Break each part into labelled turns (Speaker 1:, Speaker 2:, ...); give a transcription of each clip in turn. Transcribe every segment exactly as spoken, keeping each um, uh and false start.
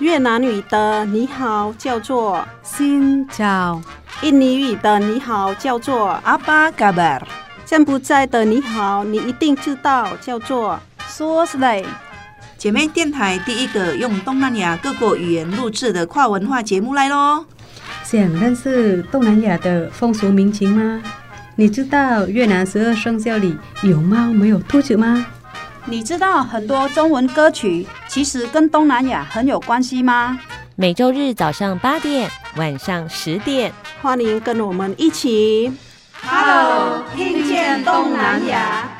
Speaker 1: 越南语的你好叫做
Speaker 2: Xin chào，
Speaker 1: 印尼语的你好叫做
Speaker 2: Apa kabar，
Speaker 1: 柬埔寨的你好你一定知道叫做
Speaker 2: Suoslay。
Speaker 3: 姐妹电台第一个用东南亚各国语言录制的跨文化节目来咯。
Speaker 2: 想认识东南亚的风俗民情吗？你知道越南十二生肖里有猫没有兔子吗？
Speaker 1: 你知道很多中文歌曲其实跟东南亚很有关系吗？
Speaker 4: 每周日早上八点，晚上十点，
Speaker 1: 欢迎跟我们一起 Hello， 听见东南亚。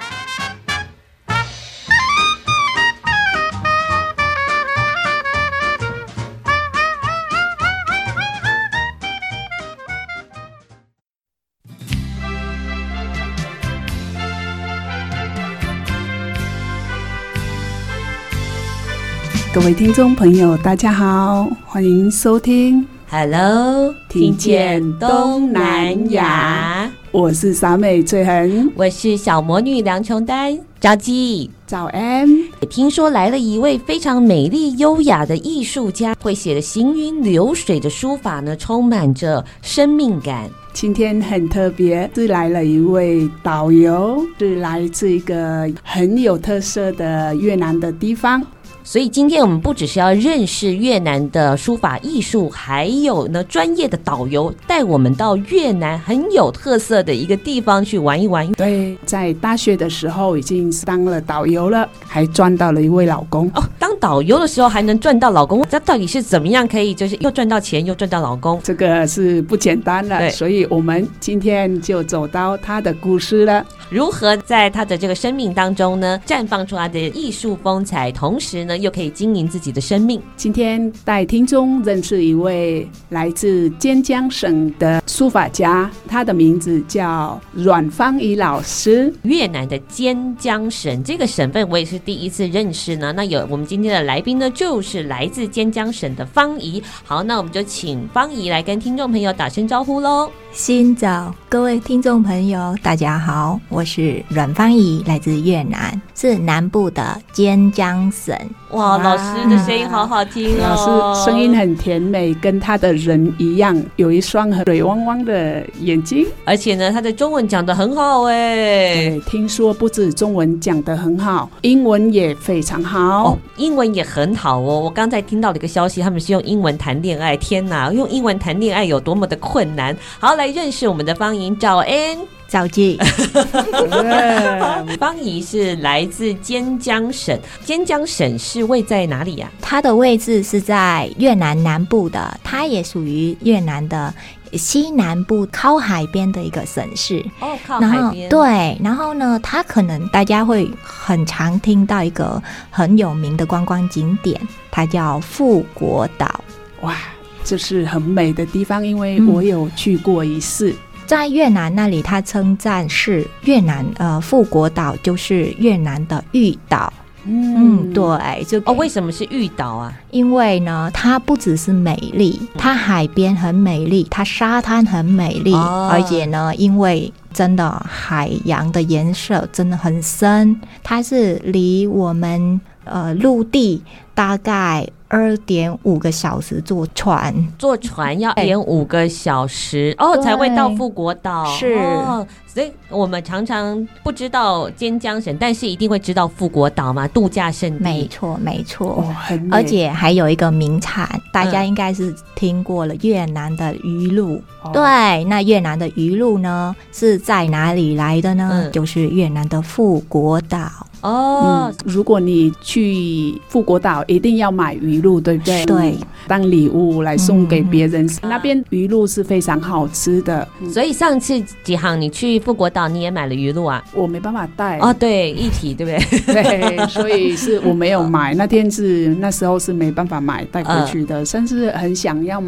Speaker 5: 各位听众朋友大家好，欢迎收听
Speaker 4: Hello，
Speaker 5: 听见东南亚，我是傻美翠恒，
Speaker 4: 我是小魔女梁琼丹，招姬，
Speaker 5: 早安。
Speaker 4: 听说来了一位非常美丽优雅的艺术家，会写的行云流水的书法呢，充满着生命感。
Speaker 5: 今天很特别，是来了一位导游，是来自一个很有特色的越南的地方。
Speaker 4: 所以今天我们不只是要认识越南的书法艺术，还有呢专业的导游带我们到越南很有特色的一个地方去玩一玩。
Speaker 5: 对，在大学的时候已经当了导游了，还赚到了一位老公。
Speaker 4: 哦，当导游的时候还能赚到老公，这到底是怎么样可以就是又赚到钱又赚到老公？
Speaker 5: 这个是不简单了，所以我们今天就走到他的故事了。
Speaker 4: 如何在他的这个生命当中呢，绽放出他的艺术风采，同时呢又可以经营自己的生命。
Speaker 5: 今天带听众认识一位来自尖江省的书法家，他的名字叫阮芳仪老师。
Speaker 4: 越南的尖江省这个省份我也是第一次认识呢。那有我们今天的来宾呢，就是来自尖江省的芳仪。好，那我们就请芳仪来跟听众朋友打声招呼咯。
Speaker 6: 新早，各位听众朋友大家好，我是阮芳仪，来自越南，是南部的尖江省。
Speaker 4: 哇，老师的声音好好听哦，
Speaker 5: 老师声音很甜美，跟他的人一样，有一双水汪汪的眼睛，
Speaker 4: 而且呢他的中文讲得很好耶。
Speaker 5: 对，听说不止中文讲得很好，英文也非常好。
Speaker 4: 哦，英文也很好哦。我刚才听到了一个消息，他们是用英文谈恋爱，天哪，用英文谈恋爱有多么的困难。好，来认识我们的芳仪，早安。
Speaker 6: 早记
Speaker 4: 芳仪是来自尖江省，尖江省是位在哪里啊？
Speaker 6: 它的位置是在越南南部的，它也属于越南的西南部靠海边的一个省市。
Speaker 4: 哦，靠海边。
Speaker 6: 对，然后呢，它可能大家会很常听到一个很有名的观光景点，它叫富国岛。
Speaker 5: 哇，这是很美的地方，因为我有去过一次。嗯，
Speaker 6: 在越南那里，它称赞是越南呃富国岛就是越南的玉岛。嗯，对，就
Speaker 4: 哦，为什么是玉岛啊？
Speaker 6: 因为呢，它不只是美丽，它海边很美丽，它沙滩很美丽，哦，而且呢，因为真的海洋的颜色真的很深，它是离我们呃陆地大概二点五个小时坐船，
Speaker 4: 坐船要二点五个小时哦，才会到富国岛。
Speaker 6: 是，
Speaker 4: 哦，所以我们常常不知道尖江省，但是一定会知道富国岛嘛，度假胜地。
Speaker 6: 没错，没错，
Speaker 5: 哦，很美。
Speaker 6: 而且还有一个名产，大家应该是听过了，越南的鱼露。嗯，对，那越南的鱼露呢是在哪里来的呢？嗯，就是越南的富国岛。
Speaker 4: 哦，
Speaker 5: 嗯，如果你去富国岛一定要买鱼露，对不对？
Speaker 6: 对，
Speaker 5: 当礼物来送给别人，嗯，那边鱼露是非常好吃的。
Speaker 4: 嗯，所以上次几行你去富国岛你也买了鱼露啊？
Speaker 5: 我没办法带
Speaker 4: 哦，对，一体对不对？
Speaker 5: 对，所以是我没有买，那天是那时候是没办法买带回去的，嗯，甚至很想要买。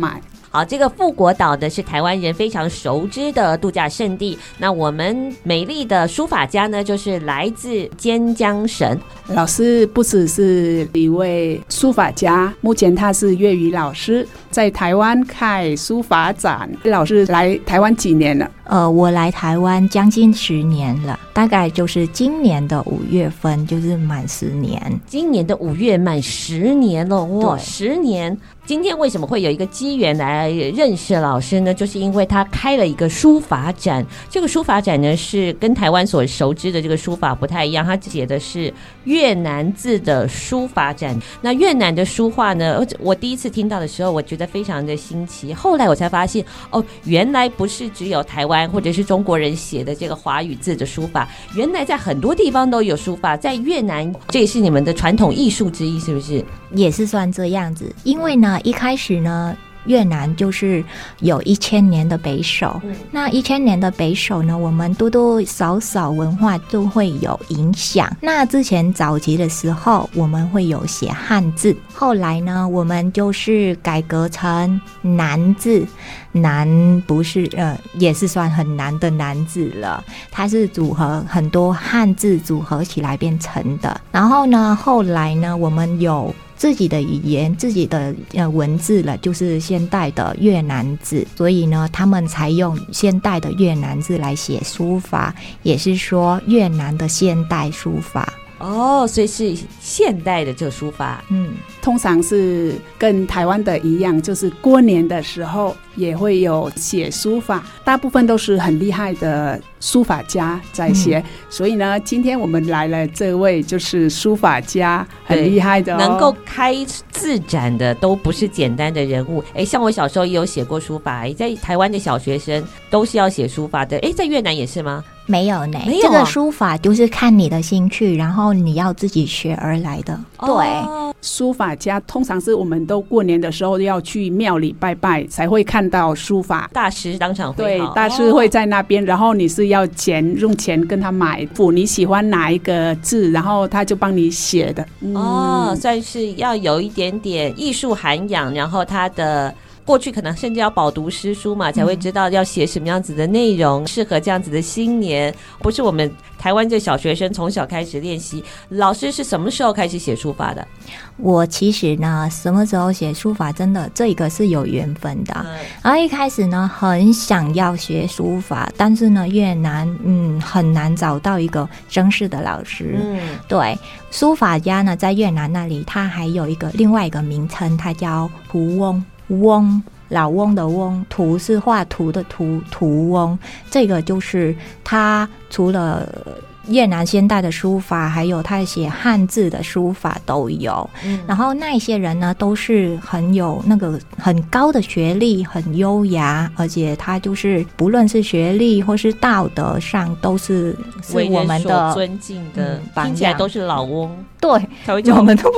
Speaker 4: 好，这个富国岛呢是台湾人非常熟知的度假胜地。那我们美丽的书法家呢，就是来自尖江省。
Speaker 5: 老师不只是一位书法家，目前他是粤语老师，在台湾开书法展。老师来台湾几年了？
Speaker 6: 呃，我来台湾将近十年了，大概就是今年的五月份就是满十年。
Speaker 4: 今年的五月满十年了，哇，十年！今天为什么会有一个机缘来认识老师呢？就是因为他开了一个书法展。这个书法展呢，是跟台湾所熟知的这个书法不太一样，他写的是越南字的书法展。那越南的书画呢，我第一次听到的时候，我觉得非常的新奇。后来我才发现，哦，原来不是只有台湾或者是中国人写的这个华语字的书法，原来在很多地方都有书法。在越南，这也是你们的传统艺术之一，是不是？
Speaker 6: 也是算这样子，因为呢，一开始呢，越南就是有一千年的北首，嗯、那一千年的北首呢，我们多多少少文化都会有影响。那之前早期的时候，我们会有写汉字，后来呢，我们就是改革成南字。难不是呃，也是算很难的难字了，它是组合很多汉字组合起来变成的。然后呢，后来呢，我们有自己的语言、自己的呃文字了，就是现代的越南字，所以呢，他们才用现代的越南字来写书法，也是说越南的现代书法。
Speaker 4: 哦，所以是现代的这个书法，
Speaker 5: 嗯，通常是跟台湾的一样，就是过年的时候也会有写书法，大部分都是很厉害的书法家在写，嗯、所以呢，今天我们来了这位就是书法家，很厉害的、哦，
Speaker 4: 能够开字展的都不是简单的人物。哎，像我小时候也有写过书法，在台湾的小学生都是要写书法的。哎，在越南也是吗？
Speaker 6: 没有呢，
Speaker 4: 没有、啊、
Speaker 6: 这个书法就是看你的兴趣，然后你要自己学而来的。
Speaker 4: 哦、
Speaker 6: 对，
Speaker 5: 书法家通常是我们都过年的时候要去庙里拜拜，才会看到书法
Speaker 4: 大师当场会好。
Speaker 5: 对，大师会在那边，然后你是要钱用钱跟他买符，你喜欢哪一个字，然后他就帮你写的。
Speaker 4: 嗯、哦，算是要有一点点艺术涵养，然后他的。过去可能甚至要饱读诗书嘛，才会知道要写什么样子的内容，适合这样子的新年。不是我们台湾这小学生从小开始练习。老师是什么时候开始写书法的？
Speaker 6: 我其实呢，什么时候写书法，真的这个是有缘分的。嗯、然后一开始呢，很想要学书法，但是呢，越南嗯很难找到一个正式的老师。嗯，对，书法家呢，在越南那里，他还有一个另外一个名称，他叫蒲翁。翁，老翁的翁，图是画图的图，图翁。这个就是他除了越南现代的书法，还有他写汉字的书法都有。嗯、然后那一些人呢，都是很有那个很高的学历，很优雅，而且他就是不论是学历或是道德上，都是是我们的
Speaker 4: 尊敬的，嗯、听起来都是老翁。
Speaker 6: 对，才会叫我们都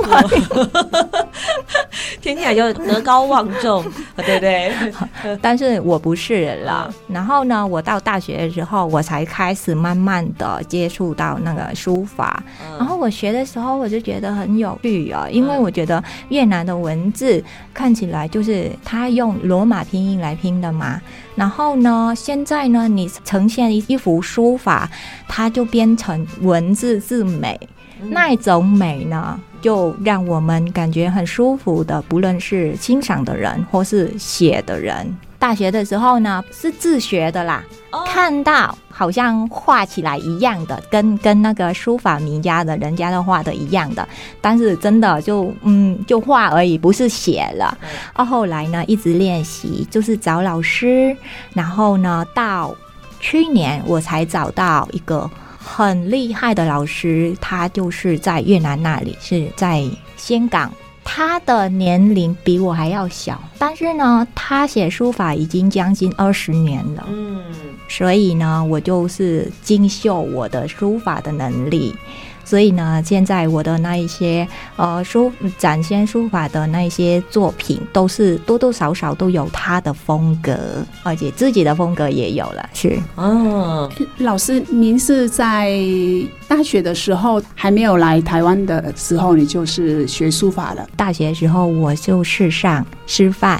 Speaker 4: 听起来就德高望重，对不对？
Speaker 6: 但是我不是啦。然后呢，我到大学的时候，我才开始慢慢的接触到那个书法。嗯、然后我学的时候，我就觉得很有趣啊，因为我觉得越南的文字看起来就是他用罗马拼音来拼的嘛。然后呢，现在呢，你呈现一幅书法，它就变成文字字美。那一种美呢，就让我们感觉很舒服的，不论是欣赏的人或是写的人。大学的时候呢，是自学的啦，哦、看到好像画起来一样的，跟跟那个书法名家的人家的画的一样的，但是真的就嗯就画而已，不是写了。哦，后来呢，一直练习，就是找老师，然后呢，到去年我才找到一个很厉害的老师，他就是在越南那里，是在香港。他的年龄比我还要小，但是呢，他写书法已经将近二十年了。嗯，所以呢，我就是精修我的书法的能力。所以呢，现在我的那一些呃书展现书法的那一些作品，都是多多少少都有他的风格，而且自己的风格也有了。是
Speaker 5: 哦，老师，您是在大学的时候还没有来台湾的时候，你就是学书法了？
Speaker 6: 大学的时候我就是上师范。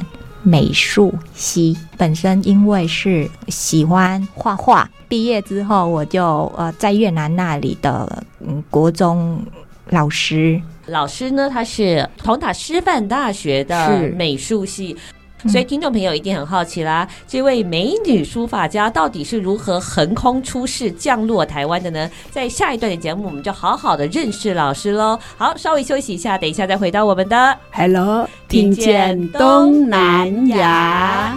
Speaker 6: 美术系，本身因为是喜欢画画，毕业之后我就呃在越南那里的嗯国中老师。
Speaker 4: 老师呢，他是同塔师范大学的美术系。所以听众朋友一定很好奇啦，这位美女书法家到底是如何横空出世降落台湾的呢？在下一段的节目我们就好好的认识老师咯。好，稍微休息一下，等一下再回到我们的
Speaker 5: Hello 听见东南亚。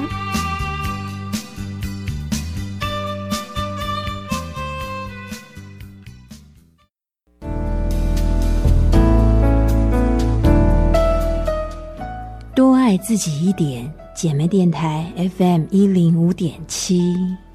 Speaker 7: 多爱自己一点，姐妹电台 F M 一零五点七。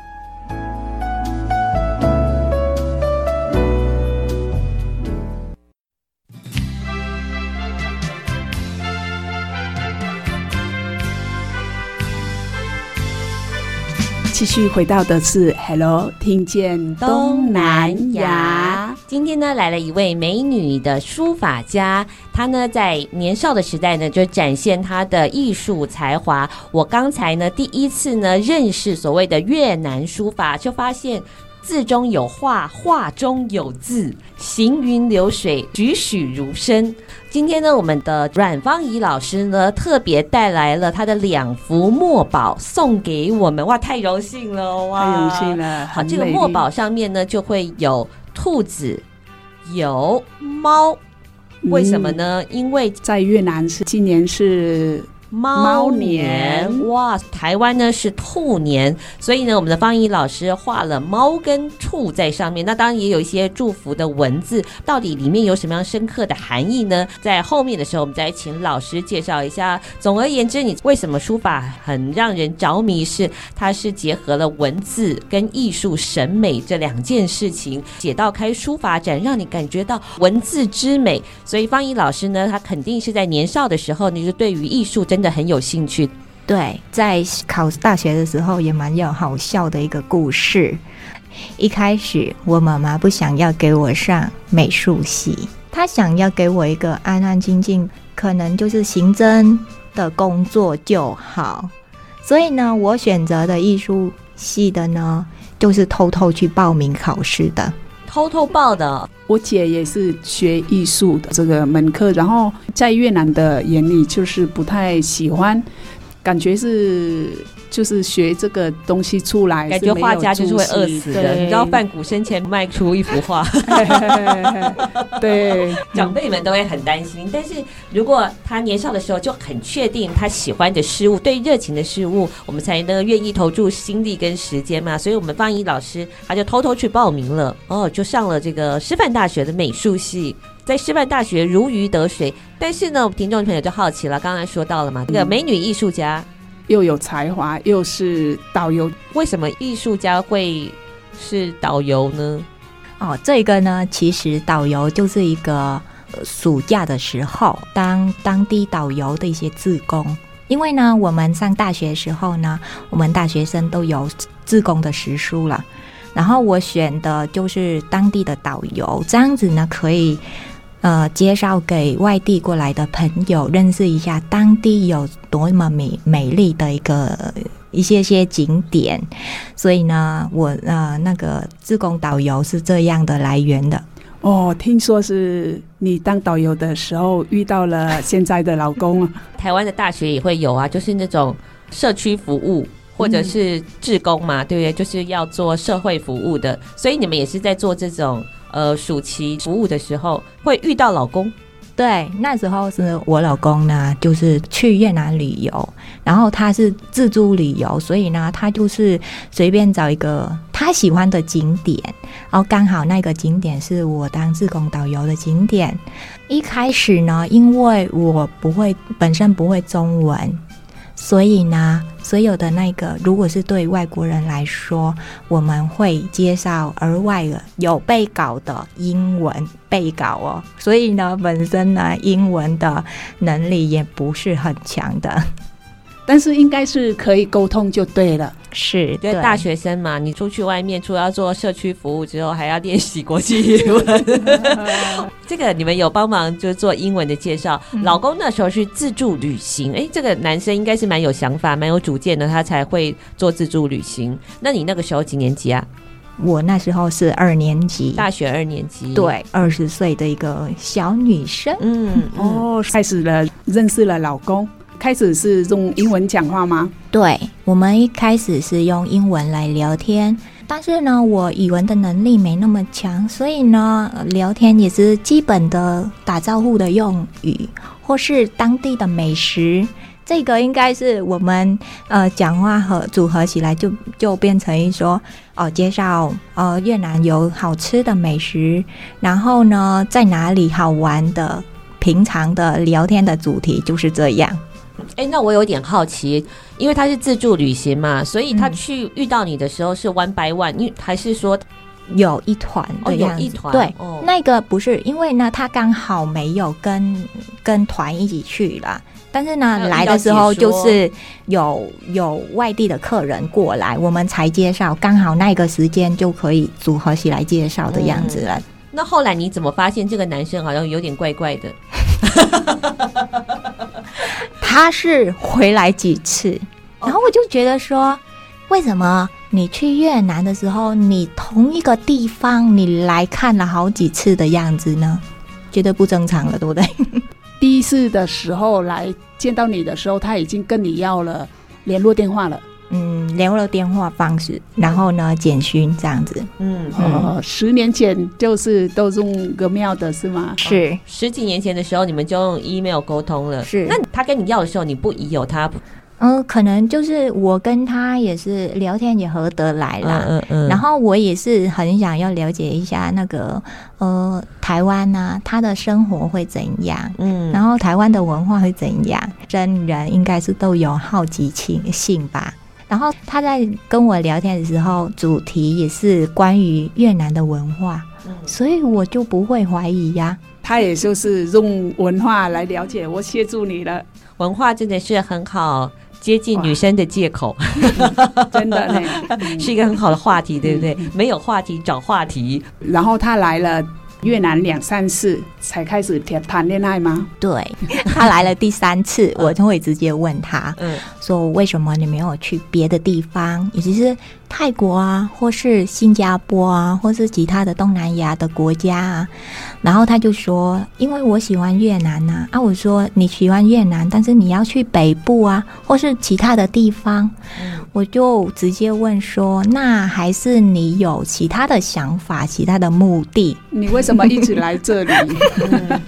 Speaker 5: 继续回到的是 Hello 听见东南亚。
Speaker 4: 今天呢来了一位美女的书法家，她呢在年少的时代呢就展现她的艺术才华。我刚才呢第一次呢认识所谓的越南书法，就发现字中有画，画中有字，行云流水，栩栩如生。今天呢我们的阮芳仪老师呢特别带来了他的两幅墨宝送给我们，哇，太荣幸了，哇，
Speaker 5: 太荣幸了。
Speaker 4: 好，这个墨宝上面呢就会有兔子，有猫，为什么呢？嗯、因为
Speaker 5: 在越南是今年是猫年，
Speaker 4: 哇，台湾呢是兔年，所以呢我们的芳仪老师画了猫跟兔在上面，那当然也有一些祝福的文字，到底里面有什么样深刻的含义呢？在后面的时候我们再请老师介绍一下。总而言之，你为什么书法很让人着迷，是它是结合了文字跟艺术审美这两件事情，写到开书法展，让你感觉到文字之美。所以芳仪老师呢，他肯定是在年少的时候你就对于艺术真的很有兴趣。
Speaker 6: 对，在考大学的时候也蛮有好笑的一个故事。一开始我妈妈不想要给我上美术系，她想要给我一个安安静静，可能就是行政的工作就好。所以呢，我选择的艺术系的呢，就是偷偷去报名考试的。
Speaker 4: 偷偷报的。
Speaker 5: 我姐也是学艺术的这个门课，然后在越南的眼里就是不太喜欢，感觉是就是学这个东西出来，
Speaker 4: 感觉画家就是会饿死的。你知道梵谷生前卖出一幅画，对，长辈们都会很担心。但是如果他年少的时候就很确定他喜欢的事物，对热情的事物，我们才能愿意投注心力跟时间嘛。所以我们芳仪老师他就偷偷去报名了，哦，就上了这个师范大学的美术系。在师范大学如鱼得水，但是呢，听众朋友就好奇了，刚才说到了嘛，这个美女艺术家
Speaker 5: 又有才华，又是导游，
Speaker 4: 为什么艺术家会是导游呢？
Speaker 6: 哦，这个呢，其实导游就是一个、呃、暑假的时候当当地导游的一些志工，因为呢，我们上大学的时候呢，我们大学生都有志工的时数了，然后我选的就是当地的导游，这样子呢可以。呃，介绍给外地过来的朋友认识一下当地有多么美美丽的一个一些些景点，所以呢，我呃那个志工导游是这样的来源的。
Speaker 5: 哦，听说是你当导游的时候遇到了现在的老公啊。
Speaker 4: 台湾的大学也会有啊，就是那种社区服务或者是志工嘛，嗯、对不对？就是要做社会服务的，所以你们也是在做这种。呃，暑期服务的时候会遇到老公。
Speaker 6: 对，那时候是我老公呢，就是去越南旅游，然后他是自助旅游，所以呢，他就是随便找一个他喜欢的景点，然后刚好那个景点是我当志工导游的景点。一开始呢，因为我不会，本身不会中文，所以呢，所有的那个，如果是对外国人来说，我们会介绍额外的有备稿的英文备稿哦，所以呢，本身呢，英文的能力也不是很强的，
Speaker 5: 但是应该是可以沟通就对了。
Speaker 6: 是，
Speaker 4: 对，大学生嘛，你出去外面除了要做社区服务之后，还要练习国际语文。 这个你们有帮忙就做英文的介绍、嗯、老公那时候是自助旅行，哎，这个男生应该是蛮有想法蛮有主见的，他才会做自助旅行。那你那个时候几年级啊？
Speaker 6: 我那时候是二年级，
Speaker 4: 大学二年级，
Speaker 6: 对，二十岁的一个小女生。
Speaker 5: 嗯，哦，开始了认识了老公，开始是用英文讲话吗？
Speaker 6: 对，我们一开始是用英文来聊天，但是呢，我语文的能力没那么强，所以呢，聊天也是基本的打招呼的用语，或是当地的美食。这个应该是我们呃讲话和组合起来就就变成说哦、呃、介绍呃越南有好吃的美食，然后呢在哪里好玩的，平常的聊天的主题就是这样。
Speaker 4: 哎，那我有点好奇，因为他是自助旅行嘛，所以他去遇到你的时候是 one by one， 因为还是说
Speaker 6: 有一团的样子、哦、有一团对、哦、那个不是因为呢他刚好没有跟跟团一起去啦，但是呢来的时候就是有有外地的客人过来，我们才介绍，刚好那个时间就可以组合起来介绍的样子了、嗯、
Speaker 4: 那后来你怎么发现这个男生好像有点怪怪的？
Speaker 6: 他是回来几次，然后我就觉得说为什么你去越南的时候你同一个地方你来看了好几次的样子呢？觉得不正常了，对不对？
Speaker 5: 第一次的时候来见到你的时候他已经跟你要了联络电话了。
Speaker 6: 嗯，联络电话方式，然后呢简讯这样子。
Speaker 5: 嗯，哦，十年前就是都用个妙的是吗？
Speaker 6: 是、
Speaker 4: 哦、十几年前的时候你们就用 email 沟通了。
Speaker 6: 是，
Speaker 4: 那他跟你要的时候你不疑有他？
Speaker 6: 嗯，可能就是我跟他也是聊天也合得来啦，嗯嗯嗯，然后我也是很想要了解一下那个呃台湾啊，他的生活会怎样，嗯，然后台湾的文化会怎样，真人应该是都有好奇心吧。然后他在跟我聊天的时候，主题也是关于越南的文化，嗯，所以我就不会怀疑呀。
Speaker 5: 他也就是用文化来了解，我协助你了。
Speaker 4: 文化真的是很好接近女生的借口，
Speaker 5: 真的呢，
Speaker 4: 是一个很好的话题，对不对？没有话题找话题。
Speaker 5: 然后他来了越南两三次才开始谈恋爱吗？
Speaker 6: 对，他来了第三次我就会直接问他、嗯、说为什么你没有去别的地方，尤其是泰国啊，或是新加坡啊，或是其他的东南亚的国家啊。然后他就说因为我喜欢越南啊，啊我说你喜欢越南，但是你要去北部啊，或是其他的地方、嗯、我就直接问说那还是你有其他的想法，其他的目的，
Speaker 5: 你为什么一直来这里？嗯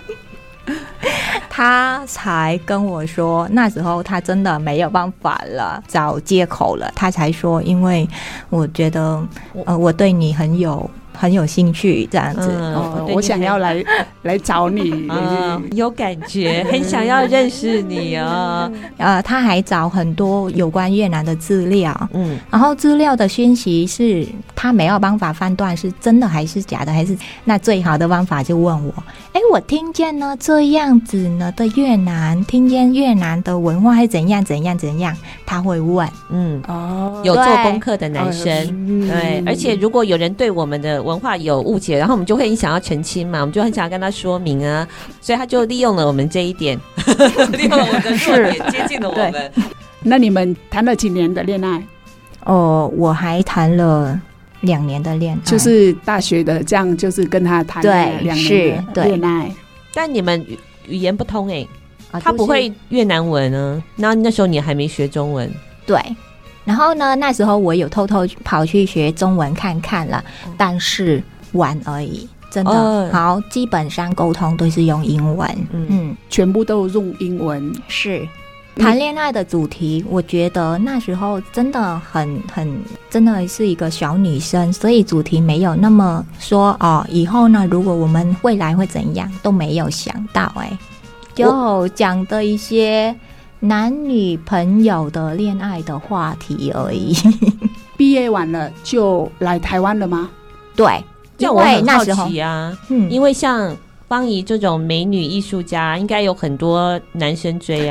Speaker 6: 他才跟我说那时候他真的没有办法了，找借口了，他才说因为我觉得呃我对你很有很有兴趣这样子、嗯
Speaker 5: 哦、我想要来来找你、
Speaker 4: 嗯、有感觉很想要认识你哦。
Speaker 6: 呃，他还找很多有关越南的资料，嗯，然后资料的讯息是他没有办法判断是真的还是假的，还是那最好的方法就问我，哎，我听见呢这样子呢的越南，听见越南的文化是怎样怎样怎样，他会问，
Speaker 4: 嗯，哦，有做功课的男生，对，而且如果有人对我们的文化有误解，然后我们就会很想要澄清嘛，我们就很想要跟他说明啊，所以他就利用了我们这一点，利用了我们的弱点，接近了我们。
Speaker 5: 那你们谈了几年的恋爱？
Speaker 6: 哦，我还谈了两年的恋爱，
Speaker 5: 就是大学的这样，就是跟他谈了两年的恋爱。
Speaker 4: 但你们语言不通哎、欸啊，他不会越南文呢，那那时候你还没学中文，
Speaker 6: 对。然后呢，那时候我有偷偷跑去学中文看看了，但是玩而已，真的、哦、好，基本上沟通都是用英文， 嗯, 嗯，
Speaker 5: 全部都用英文。
Speaker 6: 是谈恋爱的主题，我觉得那时候真的很很真的是一个小女生，所以主题没有那么说哦，以后呢，如果我们未来会怎样都没有想到，哎，就讲的一些男女朋友的恋爱的话题而已。
Speaker 5: 毕业完了就来台湾了吗？
Speaker 6: 对，
Speaker 4: 因为那时候啊，嗯，因为像芳宜这种美女艺术家，应该有很多男生追啊。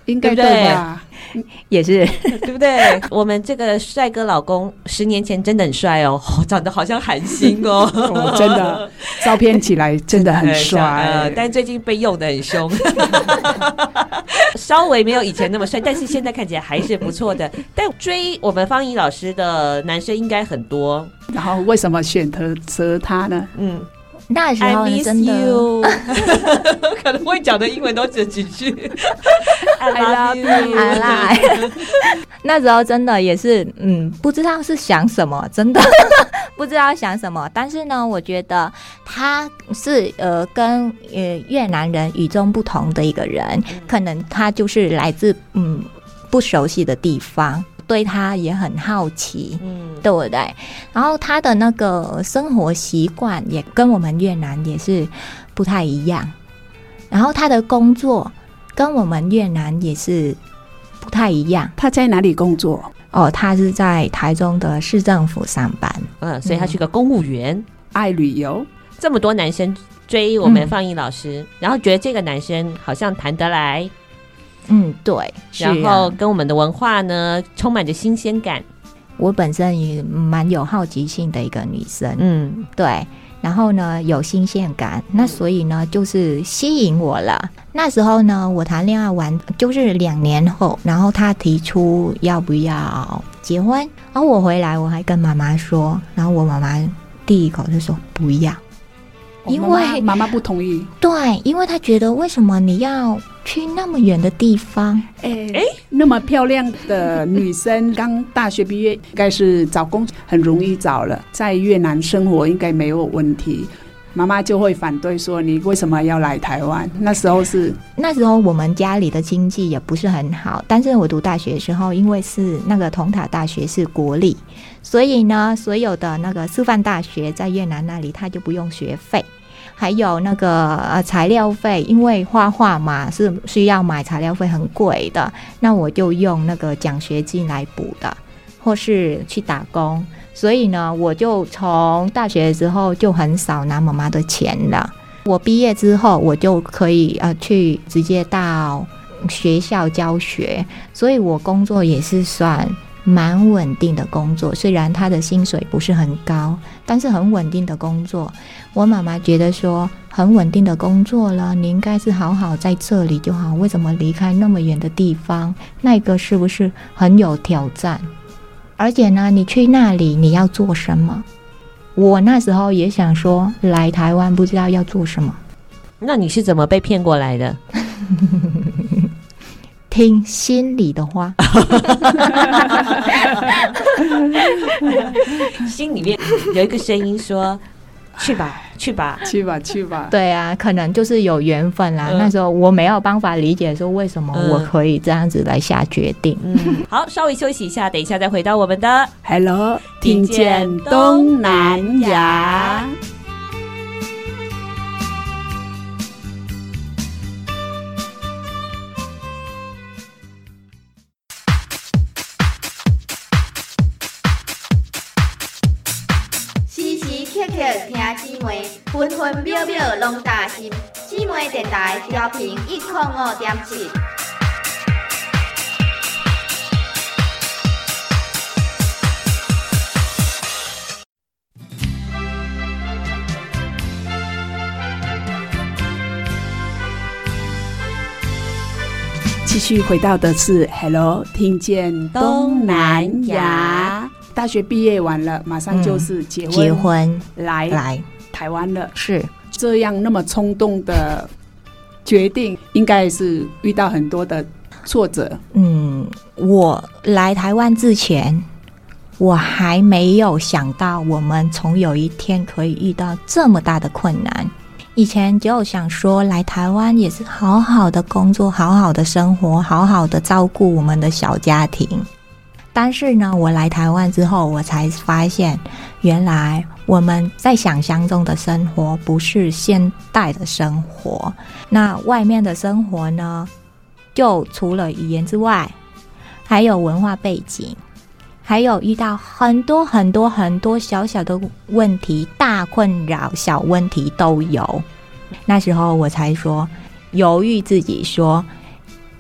Speaker 5: 应该
Speaker 4: 对不对
Speaker 5: 对吧？
Speaker 6: 也是
Speaker 4: 对不对？我们这个帅哥老公十年前真的很帅哦，哦长得好像韩星哦，
Speaker 5: 哦，真的，照片起来真的很
Speaker 4: 呃
Speaker 5: 帅。
Speaker 4: 但最近被用的很凶，稍微没有以前那么帅，但是现在看起来还是不错的。但追我们芳宜老师的男生应该很多，
Speaker 5: 然后为什么选择择他呢？
Speaker 4: 嗯。
Speaker 6: 那时
Speaker 4: I
Speaker 6: 候
Speaker 4: miss
Speaker 6: 真的
Speaker 4: you 可能会讲的英文都只几句I love you
Speaker 6: I like 那时候真的也是嗯，不知道是想什么，真的不知道想什么。但是呢，我觉得他是呃跟呃越南人与众不同的一个人，可能他就是来自嗯不熟悉的地方，对他也很好奇，嗯，对不对？然后他的那个生活习惯也跟我们越南也是不太一样，然后他的工作跟我们越南也是不太一样。
Speaker 5: 他在哪里工作？
Speaker 6: 哦，他是在台中的市政府上班，
Speaker 4: 嗯，所以他是个公务员，
Speaker 5: 嗯、爱旅游。
Speaker 4: 这么多男生追我们芳宜老师，嗯、然后觉得这个男生好像谈得来。
Speaker 6: 嗯，对，
Speaker 4: 然后跟我们的文化呢充满着新鲜感。
Speaker 6: 我本身也蛮有好奇心的一个女生，
Speaker 4: 嗯，
Speaker 6: 对，然后呢有新鲜感，那所以呢就是吸引我了。那时候呢我谈恋爱完就是两年后，然后他提出要不要结婚，然后我回来我还跟妈妈说，然后我妈妈第一口就说不要。因为
Speaker 5: 妈妈不同意，
Speaker 6: 对，因为他觉得为什么你要去那么远的地方？
Speaker 5: 哎哎，那么漂亮的女生，刚大学毕业，应该是找工很容易找了，在越南生活应该没有问题。妈妈就会反对说你为什么要来台湾？那时候是
Speaker 6: 那时候我们家里的经济也不是很好，但是我读大学的时候，因为是那个同塔大学是国立，所以呢，所有的那个师范大学在越南那里，他就不用学费。还有那个呃材料费，因为画画嘛是需要买材料费很贵的，那我就用那个奖学金来补的，或是去打工。所以呢，我就从大学之后就很少拿妈妈的钱了。我毕业之后，我就可以呃去直接到学校教学，所以我工作也是算蛮稳定的工作，虽然他的薪水不是很高，但是很稳定的工作。我妈妈觉得说很稳定的工作了，你应该是好好在这里就好，为什么离开那么远的地方？那个是不是很有挑战？而且呢，你去那里你要做什么？我那时候也想说来台湾不知道要做什么。
Speaker 4: 那你是怎么被骗过来的？
Speaker 6: 听心里的话
Speaker 4: 心里面有一个声音说去吧去吧
Speaker 5: 去吧去吧。
Speaker 6: 对啊，可能就是有缘分啦、嗯、那时候我没有办法理解说为什么我可以这样子来下决定。
Speaker 4: 嗯，好，稍微休息一下，等一下再回到我们的
Speaker 5: Hello 听见东南亚。
Speaker 8: 听姊妹分分秒秒拢大心，姊妹电台调频一零五点七。
Speaker 5: 继续回到的是 Hello 听见东南亚。大学毕业完了，马上就是结婚，嗯、
Speaker 6: 结婚
Speaker 5: 来
Speaker 6: 来
Speaker 5: 台湾了。
Speaker 6: 是
Speaker 5: 这样那么冲动的决定，应该是遇到很多的挫折。
Speaker 6: 嗯，我来台湾之前，我还没有想到我们从有一天可以遇到这么大的困难。以前就想说来台湾也是好好的工作，好好的生活，好好的照顾我们的小家庭。但是呢，我来台湾之后，我才发现，原来我们在想象中的生活不是现代的生活。那外面的生活呢，就除了语言之外，还有文化背景，还有遇到很多很多很多小小的问题，大困扰、小问题都有。那时候我才说，犹豫自己说，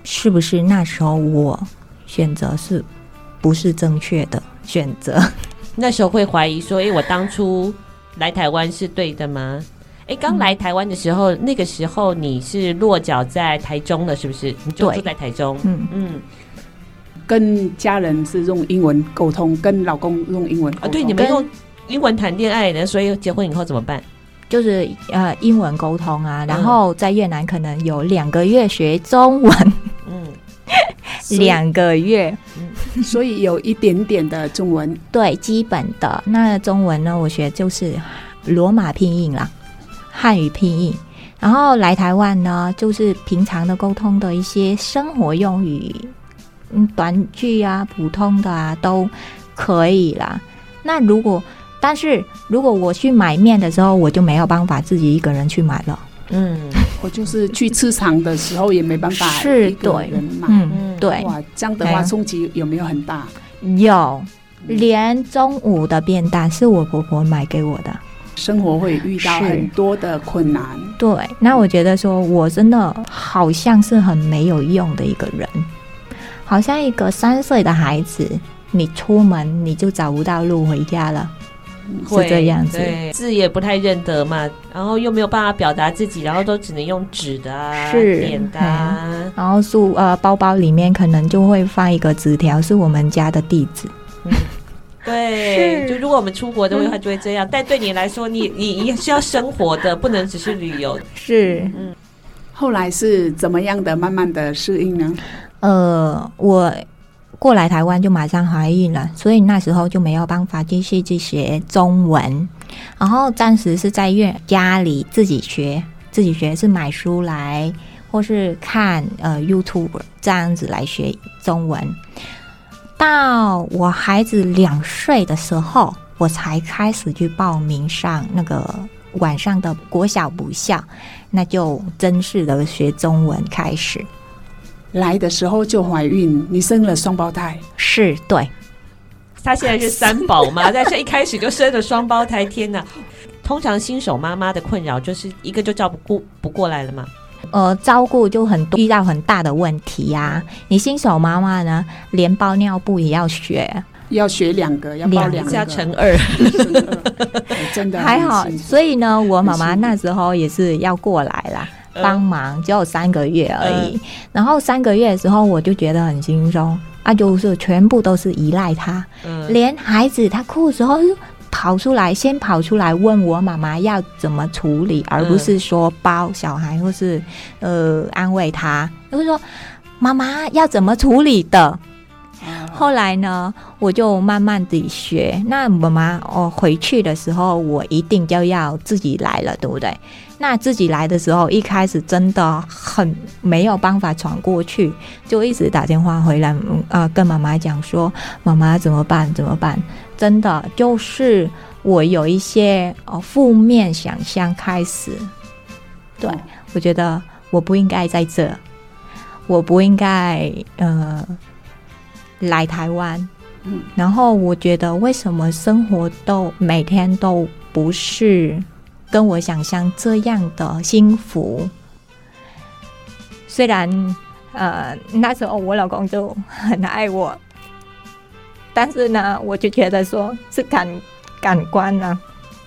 Speaker 6: 是不是那时候我选择是不是正确的选择？
Speaker 4: 那时候会怀疑说，哎，我当初来台湾是对的吗？哎，刚来台湾的时候、嗯，那个时候你是落脚在台中的，是不是？你就住在台中。嗯嗯。
Speaker 5: 跟家人是用英文沟通，跟老公用英文沟通。
Speaker 4: 哦，对，你们用英文谈恋爱的，所以结婚以后怎么办？
Speaker 6: 就是呃英文沟通啊，然后在越南可能有两个月学中文。嗯。两个月、
Speaker 5: 嗯，所以有一点点的中文。
Speaker 6: 对，基本的。那中文呢，我学就是罗马拼音啦。汉语拼音，然后来台湾呢，就是平常的沟通的一些生活用语，嗯，短句啊、普通的啊都可以啦。那如果，但是如果我去买面的时候，我就没有办法自己一个人去买了。嗯，
Speaker 5: 我就是去市场的时候也没办法一个人买。
Speaker 6: 嗯，对。
Speaker 5: 哇，这样的话冲击有没有很大？
Speaker 6: 有，连中午的便当是我婆婆买给我的。
Speaker 5: 生活会遇到很多的困难。
Speaker 6: 对，那我觉得说我真的好像是很没有用的一个人，好像一个三岁的孩子，你出门你就找不到路回家了，是这样子。
Speaker 4: 字也不太认得嘛，然后又没有办法表达自己，然后都只能用纸的啊、点的啊，
Speaker 6: 嗯、然后书呃包包里面可能就会放一个纸条，是我们家的地址。嗯
Speaker 4: 对，就如果我们出国的话就会这样，但对你来说，你你你是要生活的，不能只是旅游。
Speaker 6: 是，
Speaker 5: 嗯。后来是怎么样的慢慢的适应呢？
Speaker 6: 呃，我过来台湾就马上怀孕了，所以那时候就没有办法继续去学中文，然后暂时是在家里自己学，自己学是买书来，或是看呃 YouTube 这样子来学中文。到我孩子两岁的时候，我才开始去报名上那个晚上的国小补校，那就正式的学中文开始。
Speaker 5: 来的时候就怀孕，你生了双胞胎？
Speaker 6: 是，对。
Speaker 4: 他现在是三宝嘛，但是一开始就生了双胞胎，天哪！通常新手妈妈的困扰就是一个就照顾不过来了嘛。
Speaker 6: 呃，照顾就很多，遇到很大的问题啊。你新手妈妈呢，连包尿布也要学，
Speaker 5: 要学两个，要包两个，
Speaker 4: 加乘二，
Speaker 5: 真的
Speaker 6: 还好。所以呢，我妈妈那时候也是要过来啦，帮忙，只有三个月而已。嗯、然后三个月的时候，我就觉得很轻松啊，就是全部都是依赖她，嗯、连孩子他哭的时候。跑出来，先跑出来问我妈妈要怎么处理，而不是说抱小孩或是呃安慰他，就是说妈妈要怎么处理的。嗯、后来呢，我就慢慢地学。那妈妈哦回去的时候，我一定就要自己来了，对不对？那自己来的时候，一开始真的很没有办法闯过去，就一直打电话回来，嗯、呃，跟妈妈讲说，妈妈怎么办？怎么办？真的就是我有一些哦负面想象开始，对、哦、我觉得我不应该在这，我不应该呃来台湾，嗯，然后我觉得为什么生活都每天都不是跟我想象这样的幸福？虽然呃那时候我老公就很爱我。但是呢，我就觉得说是感感官啊，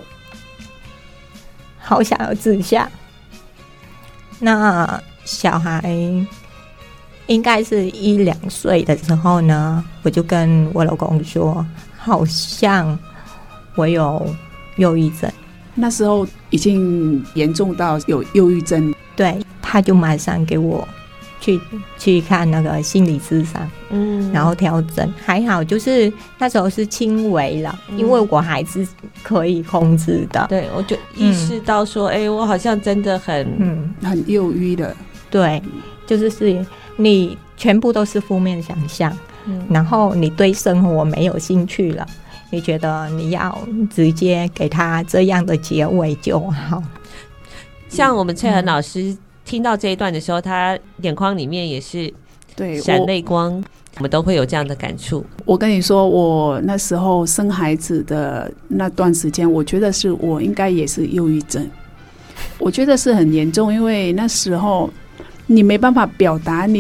Speaker 6: 好想要自下。那小孩应该是一两岁的时候呢，我就跟我老公说，好像我有忧郁症。
Speaker 5: 那时候已经严重到有忧郁症，
Speaker 6: 对，他就马上给我。去去看那个心理咨商，嗯，然后调整，还好，就是那时候是轻微了，嗯、因为我还是可以控制的。
Speaker 4: 对，我就意识到说，哎、嗯欸，我好像真的很，
Speaker 5: 嗯，很忧郁的。
Speaker 6: 对，就是是你全部都是负面想象，嗯，然后你对生活没有兴趣了，你觉得你要直接给他这样的结尾就好。
Speaker 4: 像我们翠恒老师。嗯听到这一段的时候，他眼眶里面也是闪泪光，我, 我们都会有这样的感触。
Speaker 5: 我跟你说，我那时候生孩子的那段时间，我觉得是我应该也是忧郁症，我觉得是很严重，因为那时候你没办法表达你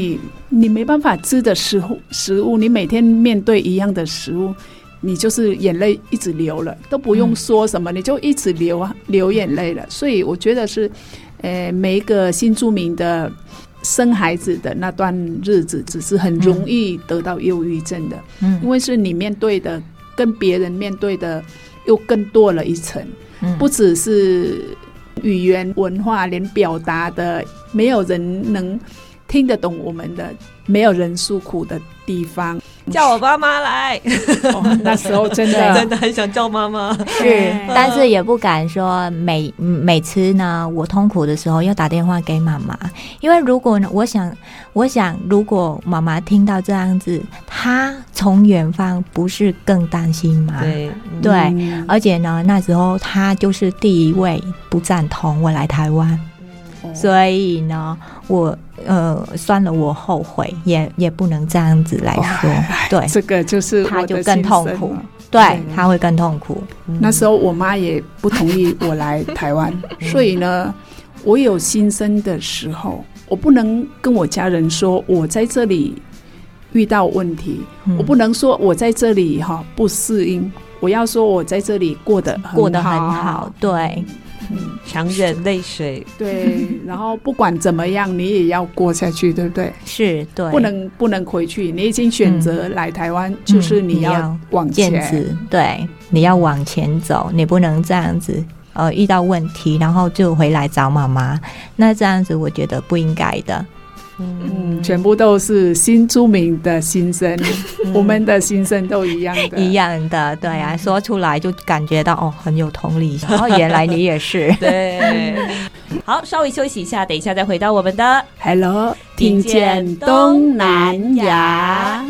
Speaker 5: 你没办法吃的食物，食物你每天面对一样的食物，你就是眼泪一直流了，都不用说什么，嗯、你就一直流啊流眼泪了。所以我觉得是，呃，每一个新住民的生孩子的那段日子，只是很容易得到忧郁症的，嗯，因为是你面对的跟别人面对的又更多了一层，嗯，不只是语言文化，连表达的，没有人能听得懂我们的，没有人诉苦的地方。
Speaker 4: 叫我妈妈来、
Speaker 5: 哦、那时候真的
Speaker 4: 真的很想叫妈妈，
Speaker 6: 是，但是也不敢说每每次呢我痛苦的时候要打电话给妈妈，因为如果我想我想如果妈妈听到这样子，她从远方不是更担心吗？
Speaker 4: 对
Speaker 6: 对、
Speaker 4: 嗯、
Speaker 6: 而且呢那时候她就是第一位不赞同我来台湾，所以呢我呃算了，我后悔，也也不能这样子来说，对，
Speaker 5: 这个就是我的
Speaker 6: 他就更痛苦，对，他会更痛苦、
Speaker 5: 嗯、那时候我妈也不同意我来台湾所以呢我有心声的时候，我不能跟我家人说我在这里遇到问题、嗯、我不能说我在这里哈不适应，我要说我在这里过得很好，
Speaker 6: 过得很好，对，
Speaker 4: 嗯，强忍泪水，
Speaker 5: 对，然后不管怎么样，你也要过下去，对不对？
Speaker 6: 是，对，
Speaker 5: 不能不能回去，你已经选择来台湾、嗯，就是你要往前，
Speaker 6: 嗯、对，你要往前走，你不能这样子，呃，遇到问题然后就回来找妈妈，那这样子我觉得不应该的。
Speaker 5: 嗯，全部都是新住民的心声、嗯、我们的心声都一样的
Speaker 6: 一样的，对啊，说出来就感觉到哦很有同理哦，原来你也是
Speaker 4: 对，好，稍微休息一下，等一下再回到我们的
Speaker 5: Hello 听见东南亚，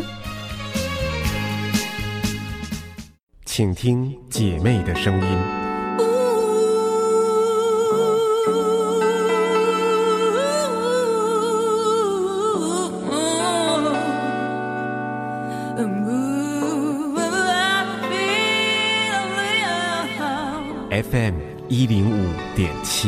Speaker 9: 请听姐妹的声音。F M 一零五点七。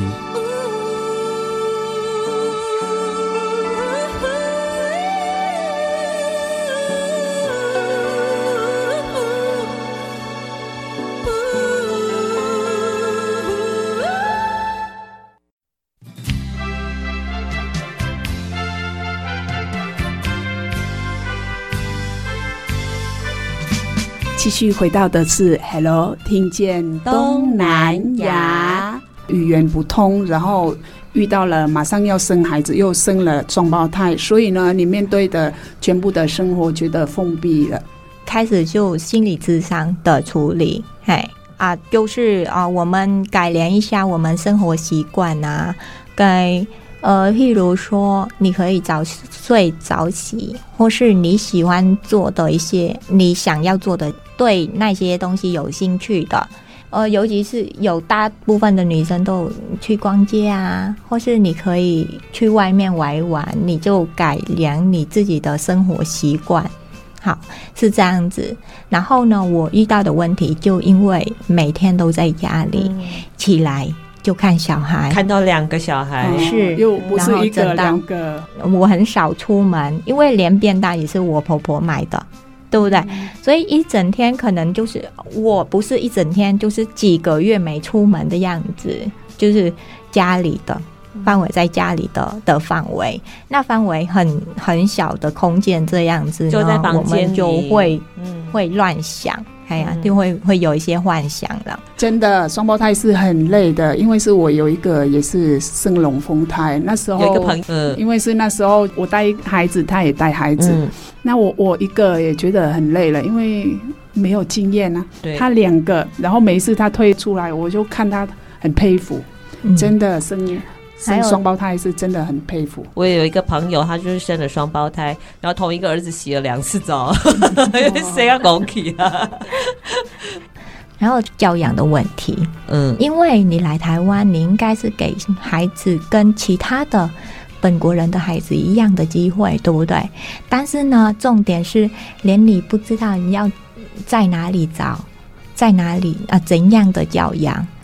Speaker 5: 继续回到的是 Hello 听见东南亚，语言不通，然后遇到了马上要生孩子，又生了双胞胎，所以呢你面对的全部的生活觉得封闭了，
Speaker 6: 开始就心理咨商的处理，嘿啊，就是啊，我们改良一下我们生活习惯啊，该呃，譬如说你可以早睡早起，或是你喜欢做的一些你想要做的，对那些东西有兴趣的，呃，尤其是有大部分的女生都去逛街啊，或是你可以去外面玩一玩，你就改良你自己的生活习惯。好，是这样子。然后呢，我遇到的问题就因为每天都在家里、嗯、起来就看小孩，
Speaker 4: 看到两个小孩、
Speaker 5: 哦、
Speaker 6: 是
Speaker 5: 又不是一个两个，
Speaker 6: 我很少出门，因为连便当也是我婆婆买的，对不对、嗯、所以一整天可能就是我不是一整天，就是几个月没出门的样子，就是家里的范围，在家里的的范围，那范围很很小的空间，这样子呢
Speaker 4: 就在房间里，我们
Speaker 6: 就会、嗯、会乱想，哎呀、嗯，就会会有一些幻想了。
Speaker 5: 真的，双胞胎是很累的，因为是我有一个也是生龙凤胎，那时候
Speaker 4: 有一个朋友、嗯，
Speaker 5: 因为是那时候我带孩子，他也带孩子，嗯、那我我一个也觉得很累了，因为没有经验啊。他两个，然后每一次他推出来，我就看他很佩服，嗯、真的生。生双胞胎是真的很佩服。
Speaker 4: 我也有一个朋友，他就是生了双胞胎，然后同一个儿子洗了两次澡，谁要枸杞啊？
Speaker 6: 然后教养的问题，嗯，因为你来台湾，你应该是给孩子跟其他的本国人的孩子一样的机会，对不对？但是呢，重点是连你不知道你要在哪里找，在哪里啊、呃，怎样的教养。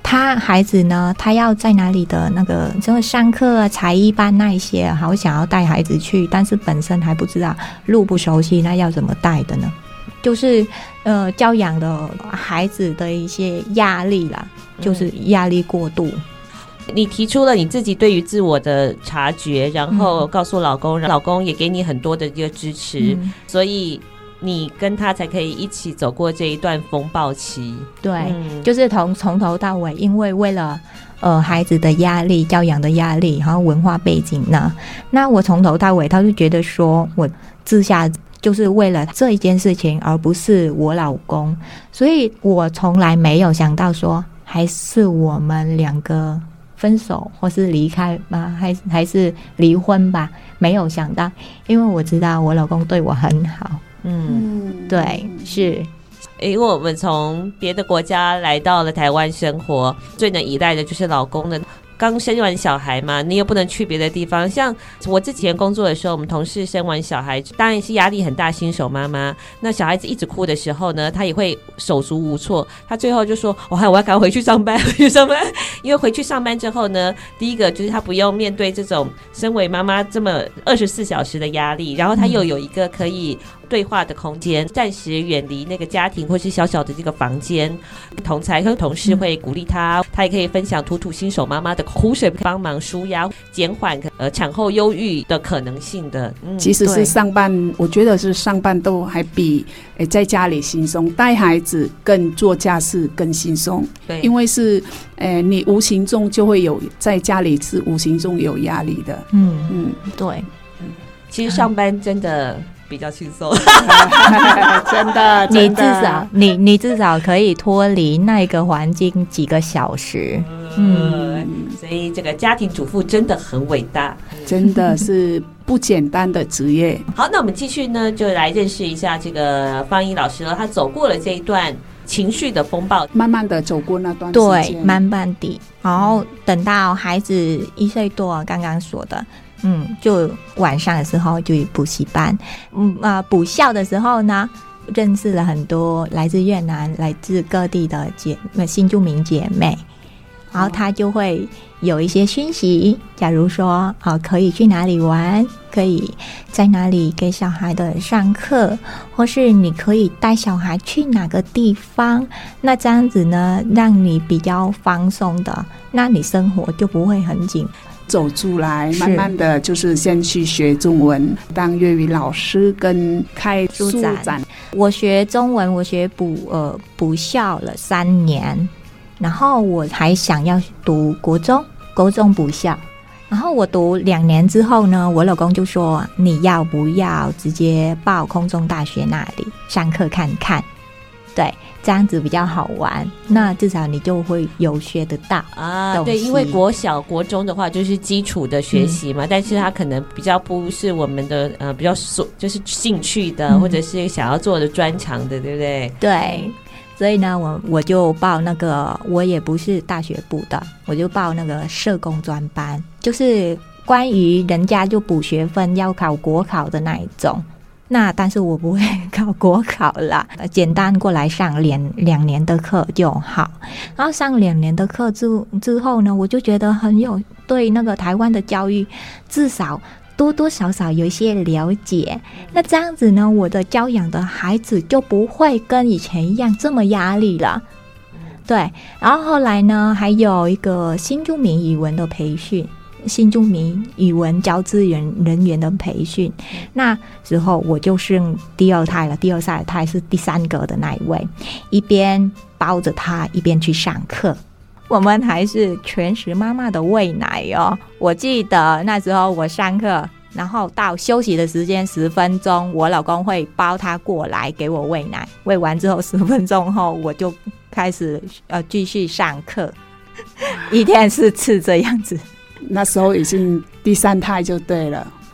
Speaker 6: 他孩子呢，他要在哪里的那个就是上课啊、才艺班那一些，好想要带孩子去，但是本身还不知道路不熟悉，那要怎么带的呢？就是呃，教养的孩子的一些压力啦，就是压力过度。
Speaker 4: 你提出了你自己对于自我的察觉，然后告诉老公，老公也给你很多的一个支持，嗯，所以你跟他才可以一起走过这一段风暴期。
Speaker 6: 对，嗯，就是从从头到尾，因为为了呃孩子的压力、教养的压力，然后文化背景呢，那我从头到尾，他就觉得说我自下就是为了这一件事情，而不是我老公，所以我从来没有想到说还是我们两个分手或是离开吧，还还是离婚吧，没有想到，因为我知道我老公对我很好。嗯，对，是。
Speaker 4: 因为我们从别的国家来到了台湾生活，最能依赖的就是老公的。刚生完小孩嘛，你也不能去别的地方。像我之前工作的时候，我们同事生完小孩，当然是压力很大，新手妈妈，那小孩子一直哭的时候呢，他也会手足无措。他最后就说：“我还我要赶回去上班，回去上班。”因为回去上班之后呢，第一个就是他不用面对这种身为妈妈这么二十四小时的压力，然后他又有一个可以对话的空间，暂时远离那个家庭或是小小的这个房间，同才和同事会鼓励他，他也可以分享土土新手妈妈的苦水，帮忙舒压减缓呃产后忧郁的可能性的。嗯，
Speaker 5: 其实是上班，我觉得是上班都还比诶在家里轻松，带孩子跟做家事更轻松。对，因为是诶你无形中就会有在家里是无形中有压力的。
Speaker 6: 嗯嗯，对，
Speaker 4: 嗯，其实上班真的比较轻松
Speaker 5: 真的，
Speaker 6: 你至少你你至少可以脱离那个环境几个小时。
Speaker 4: 嗯，所以这个家庭主妇真的很伟大，
Speaker 5: 真的是不简单的职业。
Speaker 4: 好，那我们继续呢，就来认识一下这个方怡老师了。他走过了这一段情绪的风暴，
Speaker 5: 慢慢的走过那段时间，
Speaker 6: 对，慢慢地，然后等到孩子一岁多，刚刚说的。嗯，就晚上的时候就补习班，嗯啊，补校的时候呢，认识了很多来自越南、来自各地的姐新住民姐妹，然后她就会有一些讯息，假如说啊，可以去哪里玩，可以在哪里给小孩的上课，或是你可以带小孩去哪个地方，那这样子呢，让你比较放松的，那你生活就不会很紧。
Speaker 5: 走出来，慢慢的就是先去学中文，当粤语老师跟开书展。
Speaker 6: 我学中文，我学补呃补校了三年，然后我还想要读国中，国中补校。然后我读两年之后呢，我老公就说：“你要不要直接报空中大学那里上课看看？”对，这样子比较好玩，那至少你就会有学得到
Speaker 4: 啊。对，因为国小国中的话就是基础的学习嘛，嗯，但是它可能比较不是我们的呃比较所就是兴趣的，嗯，或者是想要做的专长的，对不对？
Speaker 6: 对，所以呢，我我就报那个，我也不是大学部的，我就报那个社工专班，就是关于人家就补学分要考国考的那一种。那但是我不会考国考啦，简单过来上两两年的课就好。然后上两年的课之之后呢，我就觉得很有对那个台湾的教育至少多多少少有一些了解。那这样子呢，我的教养的孩子就不会跟以前一样这么压力了。对，然后后来呢，还有一个新住民语文的培训。新住民语文教资源人员的培训，那时候我就剩第二胎了，第二胎是第三个的那一位，一边抱着他一边去上课。我们还是全职妈妈的喂奶哦，我记得那时候我上课，然后到休息的时间十分钟，我老公会抱他过来给我喂奶，喂完之后十分钟后我就开始呃继续上课，一天四次这样子。
Speaker 5: 那时候已经第三胎就对了，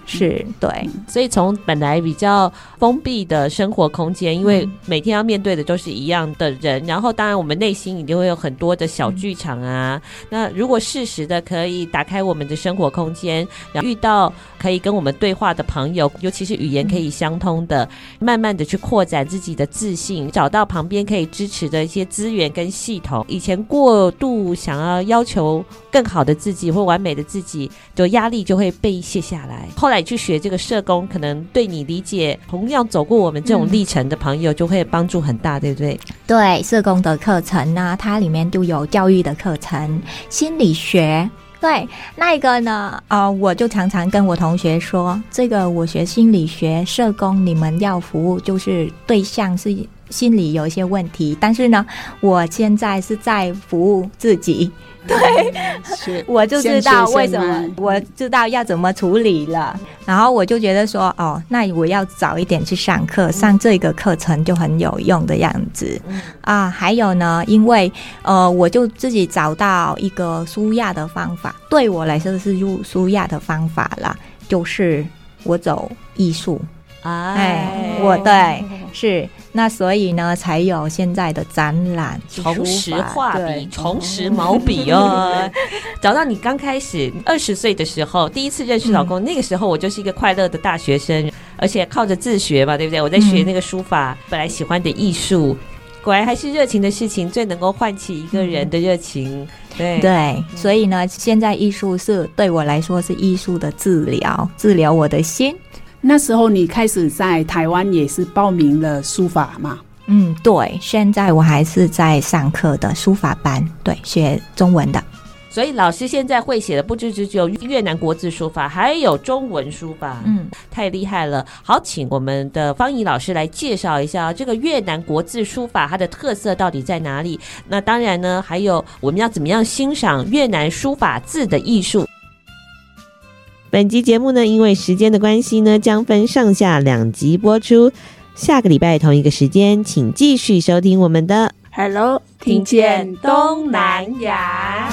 Speaker 6: 是，对。
Speaker 4: 所以从本来比较封闭的生活空间，因为每天要面对的都是一样的人，然后当然我们内心一定会有很多的小剧场啊。那如果适时的可以打开我们的生活空间，然后遇到可以跟我们对话的朋友，尤其是语言可以相通的，慢慢的去扩展自己的自信，找到旁边可以支持的一些资源跟系统。以前过度想要要求更好的自己或完美的自己，就压力就会被卸下来。后来去学这个社工，可能对你理解同样走过我们这种历程的朋友就会帮助很大，对不对？
Speaker 6: 对，社工的课程呢，它里面都有教育的课程，心理学。对，那一个呢，呃，我就常常跟我同学说，这个我学心理学，社工你们要服务就是对象是心理有一些问题，但是呢，我现在是在服务自己。对，我就知道为什么，我知道要怎么处理了。然后我就觉得说，哦，那我要早一点去上课，上这个课程就很有用的样子啊。还有呢，因为呃，我就自己找到一个舒压的方法，对我来说是入舒压的方法啦，就是我走艺术。哎，我对是那，所以呢，才有现在的展览，
Speaker 4: 重拾画笔，重拾毛笔哦。找到你刚开始二十岁的时候，第一次认识老公，嗯、那个时候我就是一个快乐的大学生，而且靠着自学嘛，对不对？我在学那个书法，嗯、本来喜欢的艺术，果然还是热情的事情最能够唤起一个人的热情。对
Speaker 6: 对，所以呢，现在艺术是对我来说是艺术的治疗，治疗我的心。
Speaker 5: 那时候你开始在台湾也是报名了书法吗？
Speaker 6: 嗯，对，现在我还是在上课的书法班，对，学中文的。
Speaker 4: 所以老师现在会写的不只只有越南国字书法，还有中文书法，嗯，太厉害了。好，请我们的方怡老师来介绍一下这个越南国字书法它的特色到底在哪里。那当然呢，还有我们要怎么样欣赏越南书法字的艺术。本集节目呢，因为时间的关系呢，将分上下两集播出。下个礼拜同一个时间，请继续收听我们的
Speaker 5: Hello， 听见东南亚。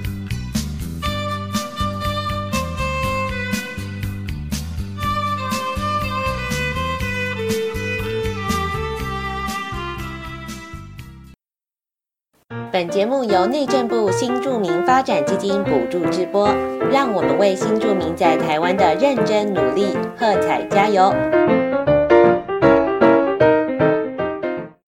Speaker 4: 本节目由内政部新住民发展基金补助直播，让我们为新住民在台湾的认真努力喝彩加油。